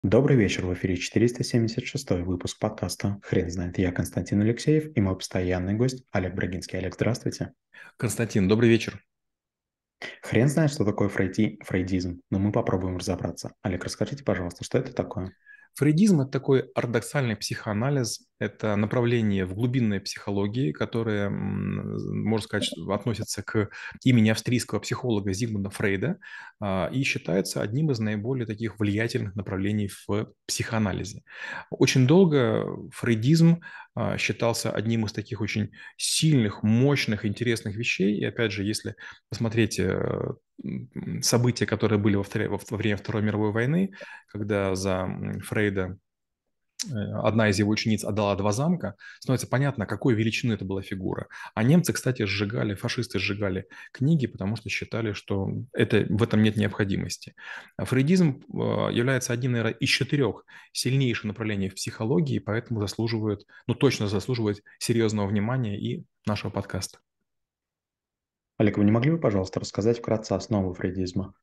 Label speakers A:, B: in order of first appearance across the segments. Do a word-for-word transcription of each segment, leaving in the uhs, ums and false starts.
A: Добрый вечер, в эфире четыреста семьдесят шестой выпуск подкаста «Хрен знает». Я Константин Алексеев и мой постоянный гость Олег Брагинский. Олег, здравствуйте.
B: Константин, добрый вечер.
A: Хрен знает, что такое фрейди, фрейдизм, но мы попробуем разобраться. Олег, расскажите, пожалуйста, что это такое?
B: Фрейдизм– это такой ортодоксальный психоанализ, это направление в глубинной психологии, которое, м, можно сказать, что относится к имени австрийского психолога Зигмунда Фрейда а, и считается одним из наиболее таких влиятельных направлений в психоанализе. Очень долго фрейдизм а, считался одним из таких очень сильных, мощных, интересных вещей. И опять же, если посмотреть э, м, события, которые были во, вторе- во во время Второй мировой войны, когда за м, Фрейда э, одна из его учениц отдала два замка, становится понятно, какой величины это была фигура. А немцы, кстати, сжигали, фашисты сжигали книги, потому что считали, что это, в этом нет необходимости. А фрейдизм э, является одним, наверное, из четырех сильнейших направлений в психологии, поэтому заслуживает, ну точно заслуживает серьезного внимания и нашего подкаста.
A: Олег, вы не могли бы, пожалуйста, рассказать вкратце основы фрейдизма?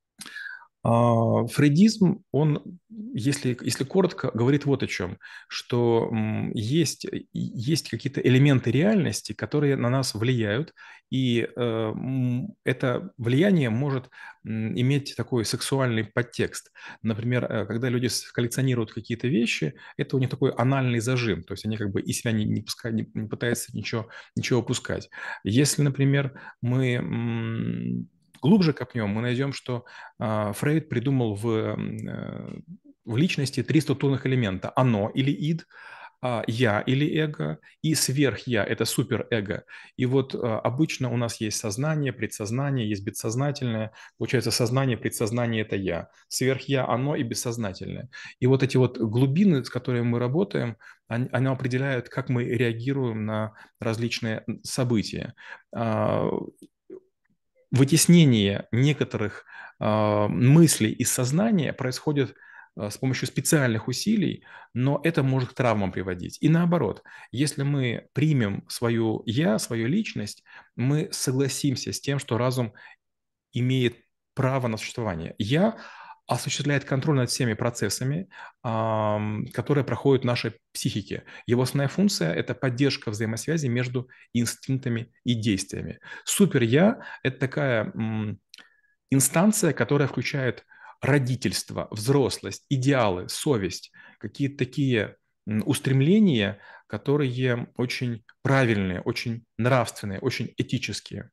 B: А, Фрейдизм, он, если, если коротко, говорит вот о чем, что м, есть, есть какие-то элементы реальности, которые на нас влияют, и э, м, это влияние может м, иметь такой сексуальный подтекст. Например, э, когда люди с- коллекционируют какие-то вещи, это у них такой анальный зажим, то есть они как бы из себя не, не, пуска- не- не пытаются ничего, ничего упускать. Если, например, мы м, глубже копнем, мы найдем, что а, Фрейд придумал в, э, в личности три структурных элемента. Оно или ид, а, я или эго, и сверхя– это суперэго. И вот а, обычно у нас есть сознание, предсознание, есть бессознательное. Получается, сознание, предсознание– это я. Сверхя– оно и бессознательное. И вот эти вот глубины, с которыми мы работаем, они, они определяют, как мы реагируем на различные события. А, Вытеснение некоторых а, мыслей из сознания происходит а, с помощью специальных усилий, но это может к травмам приводить. И наоборот, если мы примем свою я, свою личность, мы согласимся с тем, что разум имеет право на существование. Я осуществляет контроль над всеми процессами, ам, которые проходят в нашей психике. Его основная функция– это поддержка взаимосвязи между инстинктами и действиями. Супер-я– это такая м, инстанция, которая включает родительство, взрослость, идеалы, совесть, какие-то такие м, устремления, которые очень правильные, очень нравственные, очень этические.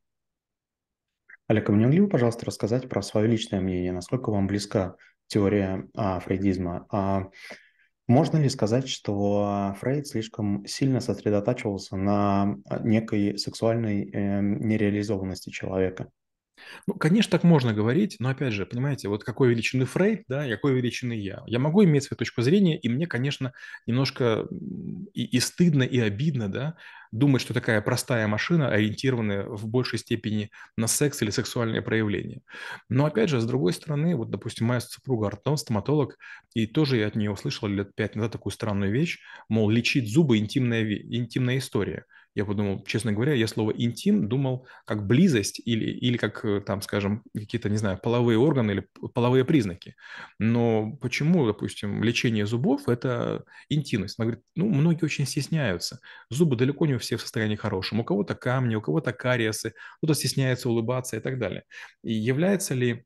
A: Олег, а вы не могли бы, пожалуйста, рассказать про свое личное мнение, насколько вам близка теория а, фрейдизма? А, можно ли сказать, что Фрейд слишком сильно сосредотачивался на а, некой сексуальной э, нереализованности человека?
B: Ну, конечно, так можно говорить, но опять же, понимаете, вот какой величины Фрейд, да, и какой величины я. Я могу иметь свою точку зрения, и мне, конечно, немножко м, и, и стыдно, и обидно, да, думать, что такая простая машина, ориентированная в большей степени на секс или сексуальное проявление. Но опять же, с другой стороны, вот, допустим, моя супруга ортодонт, стоматолог, и тоже я от нее услышал лет пять назад такую странную вещь, мол, лечить зубы– интимная, ве- интимная история. Я подумал, честно говоря, я слово «интим» думал как близость или, или как, э, там, скажем, какие-то, не знаю, половые органы или п- половые признаки. Но почему, допустим, лечение зубов– это интимность? Она говорит, ну, многие очень стесняются. Зубы далеко не у всех в состоянии хорошем. У кого-то камни, у кого-то кариесы, кто-то стесняется улыбаться и так далее. И является ли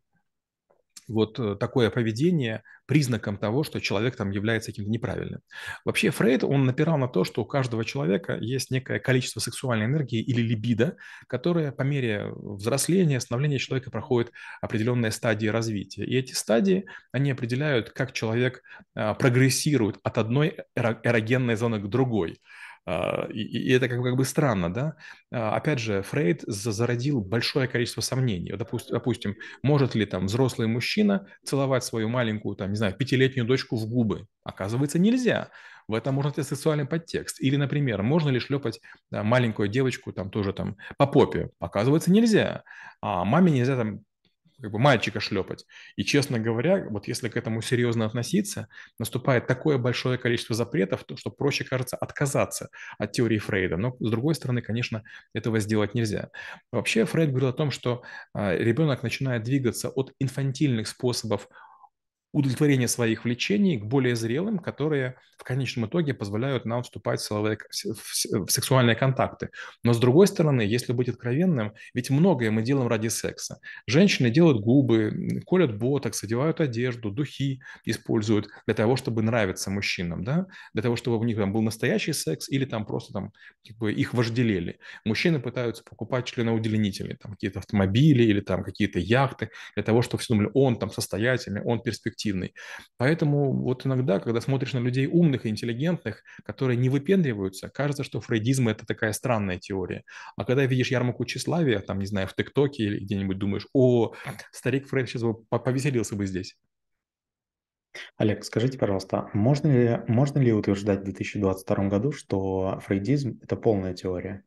B: вот э, такое поведение признаком того, что человек там является каким-то неправильным. Вообще Фрейд, он напирал на то, что у каждого человека есть некое количество сексуальной энергии или либидо, которое по мере взросления, становления человека проходит определенные стадии развития. И эти стадии, они определяют, как человек а, прогрессирует от одной эро- эрогенной зоны к другой. А, И, и это как бы, как бы странно, да? А, Опять же, Фрейд за- зародил большое количество сомнений. Вот, допустим, допустим, может ли там взрослый мужчина целовать свою маленькую, там, не знаю, пятилетнюю дочку в губы? Оказывается, нельзя. В этом может быть сексуальный подтекст. Или, например, можно ли шлепать да, маленькую девочку там тоже там по попе? Оказывается, нельзя. А маме нельзя там как бы мальчика шлепать. И, честно говоря, вот если к этому серьезно относиться, наступает такое большое количество запретов, то, что проще, кажется, отказаться от теории Фрейда. Но, с другой стороны, конечно, этого сделать нельзя. Вообще, Фрейд говорил о том, что а, ребенок начинает двигаться от инфантильных способов удовлетворения своих влечений к более зрелым, которые в конечном итоге позволяют нам вступать в, силовые, в сексуальные контакты. Но с другой стороны, если быть откровенным, ведь многое мы делаем ради секса. Женщины делают губы, колят ботокс, одевают одежду, духи используют для того, чтобы нравиться мужчинам, да? Для того, чтобы у них там был настоящий секс или там просто там как бы их вожделели. Мужчины пытаются покупать членоудлинители, там какие-то автомобили или там какие-то яхты для того, чтобы все думали, он там состоятельный, он перспективный. Поэтому вот иногда, когда смотришь на людей умных и интеллигентных, которые не выпендриваются, кажется, что фрейдизм – это такая странная теория. А когда видишь ярмарку тщеславия, там, не знаю, в ТикТоке или где-нибудь думаешь, о, старик Фрейд сейчас бы повеселился бы здесь.
A: Олег, скажите, пожалуйста, можно ли, можно ли утверждать в две тысячи двадцать втором году, что фрейдизм – это полная теория?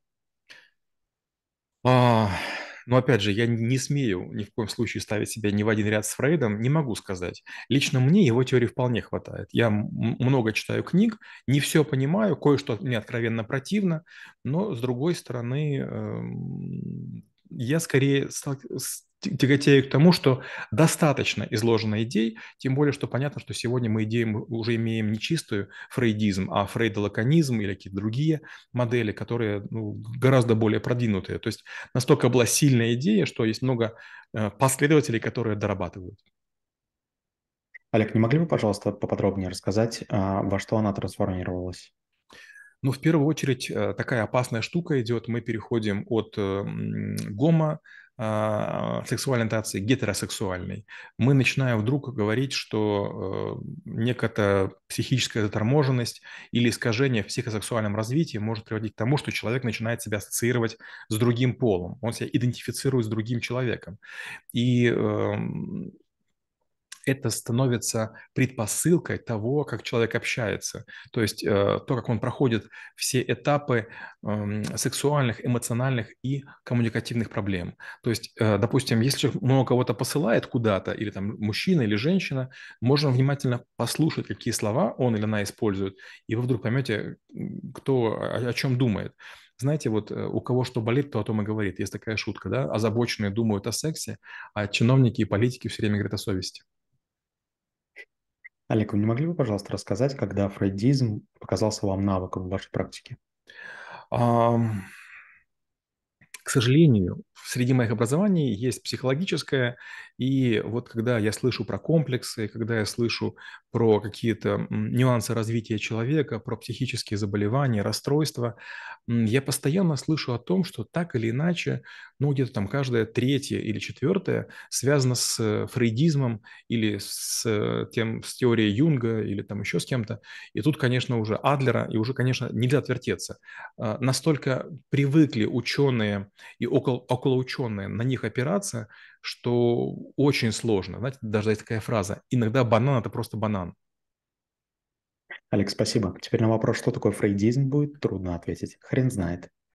B: А, но опять же, я не смею ни в коем случае ставить себя ни в один ряд с Фрейдом, не могу сказать. Лично мне его теории вполне хватает. Я м- много читаю книг, не все понимаю, кое-что мне откровенно противно, но с другой стороны, эм, я скорее стал- с- тяготею к тому, что достаточно изложено идей, тем более, что понятно, что сегодня мы идеи мы уже имеем не чистую фрейдизм, а фрейдолаконизм или какие-то другие модели, которые ну, гораздо более продвинутые. То есть настолько была сильная идея, что есть много э, последователей, которые дорабатывают.
A: Олег, не могли бы, пожалуйста, поподробнее рассказать, а, во что она трансформировалась?
B: Ну, в первую очередь, э, такая опасная штука идет. Мы переходим от э, м, гомо а, сексуальной ориентации к гетеросексуальной. Мы начинаем вдруг говорить, что э, некая психическая заторможенность или искажение в психосексуальном развитии может приводить к тому, что человек начинает себя ассоциировать с другим полом. Он себя идентифицирует с другим человеком. И эм, это становится предпосылкой того, как человек общается. То есть э, то, как он проходит все этапы эм, сексуальных, эмоциональных и коммуникативных проблем. То есть, э, допустим, если человек много кого-то посылает куда-то, или там мужчина или женщина, можно внимательно послушать, какие слова он или она использует, и вы вдруг поймете, м, кто о, о чем думает. Знаете, вот э, у кого что болит, то о том и говорит. Есть такая шутка, да? Озабоченные думают о сексе, а чиновники и политики все время говорят о совести.
A: Олег, вы не могли бы, пожалуйста, рассказать, когда фрейдизм показался вам навыком в вашей практике?
B: Ам, К сожалению, среди моих образований есть психологическое, и вот когда я слышу про комплексы, когда я слышу про какие-то м, нюансы развития человека, про психические заболевания, расстройства, м, я постоянно слышу о том, что так или иначе, ну где-то там каждое третье или четвертое связано с э, фрейдизмом или с э, тем, с теорией Юнга или там еще с кем-то. И тут, конечно, уже Адлера, и уже, конечно, нельзя отвертеться. А, Настолько привыкли ученые и около, околоученые на них опираться, что очень сложно. Знаете, даже есть такая фраза: иногда банан – это просто банан.
A: Олег, спасибо. Теперь на вопрос, что такое фрейдизм, будет трудно ответить. Хрен знает.